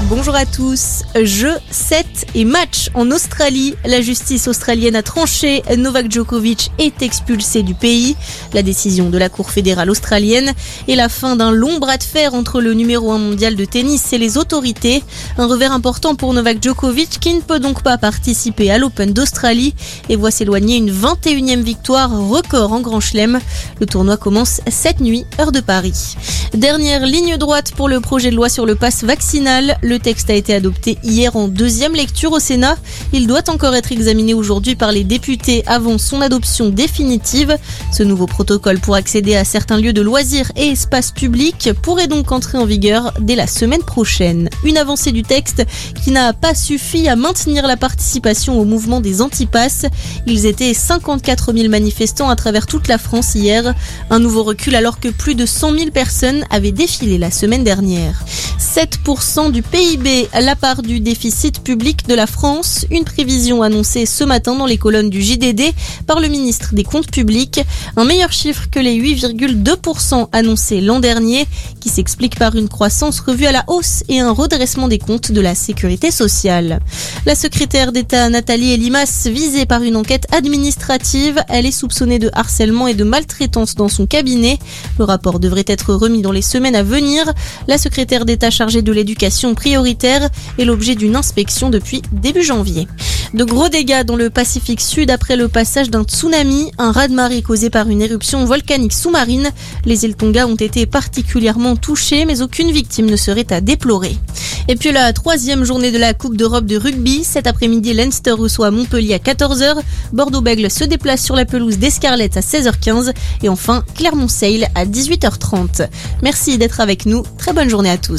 bonjour à tous. Jeu, 7 et match en Australie. La justice australienne a tranché. Novak Djokovic est expulsé du pays. La décision de la Cour fédérale australienne est la fin d'un long bras de fer entre le numéro 1 mondial de tennis et les autorités. Un revers important pour Novak Djokovic qui ne peut donc pas participer à l'Open d'Australie et voit s'éloigner une 21e victoire record en Grand Chelem. Le tournoi commence cette nuit, heure de Paris. Dernière ligne droite pour le projet de loi sur le pass vaccinal. Le texte a été adopté hier en deuxième lecture au Sénat. Il doit encore être examiné aujourd'hui par les députés avant son adoption définitive. Ce nouveau protocole pour accéder à certains lieux de loisirs et espaces publics pourrait donc entrer en vigueur dès la semaine prochaine. Une avancée du texte qui n'a pas suffi à maintenir la participation au mouvement des antipasses. Ils étaient 54 000 manifestants à travers toute la France hier. Un nouveau recul alors que plus de 100 000 personnes avaient défilé la semaine dernière. 7% du PIB, la part du déficit public de la France, une prévision annoncée ce matin dans les colonnes du JDD par le ministre des Comptes publics. Un meilleur chiffre que les 8,2% annoncés l'an dernier, qui s'explique par une croissance revue à la hausse et un redressement des comptes de la sécurité sociale. La secrétaire d'État Nathalie Elimas visée par une enquête administrative. Elle est soupçonnée de harcèlement et de maltraitance dans son cabinet. Le rapport devrait être remis dans les semaines à venir. La secrétaire d'État chargée de l'éducation prioritaire est l'objet d'une inspection depuis début janvier. De gros dégâts dans le Pacifique Sud après le passage d'un tsunami, un raz-de-marée causé par une éruption volcanique sous-marine. Les îles Tonga ont été particulièrement touchées, mais aucune victime ne serait à déplorer. Et puis la troisième journée de la Coupe d'Europe de rugby. Cet après-midi, Leinster reçoit Montpellier à 14h. Bordeaux-Bègles se déplace sur la pelouse des Scarlets à 16h15. Et enfin, Clermont-Sale à 18h30. Merci d'être avec nous. Très bonne journée à tous.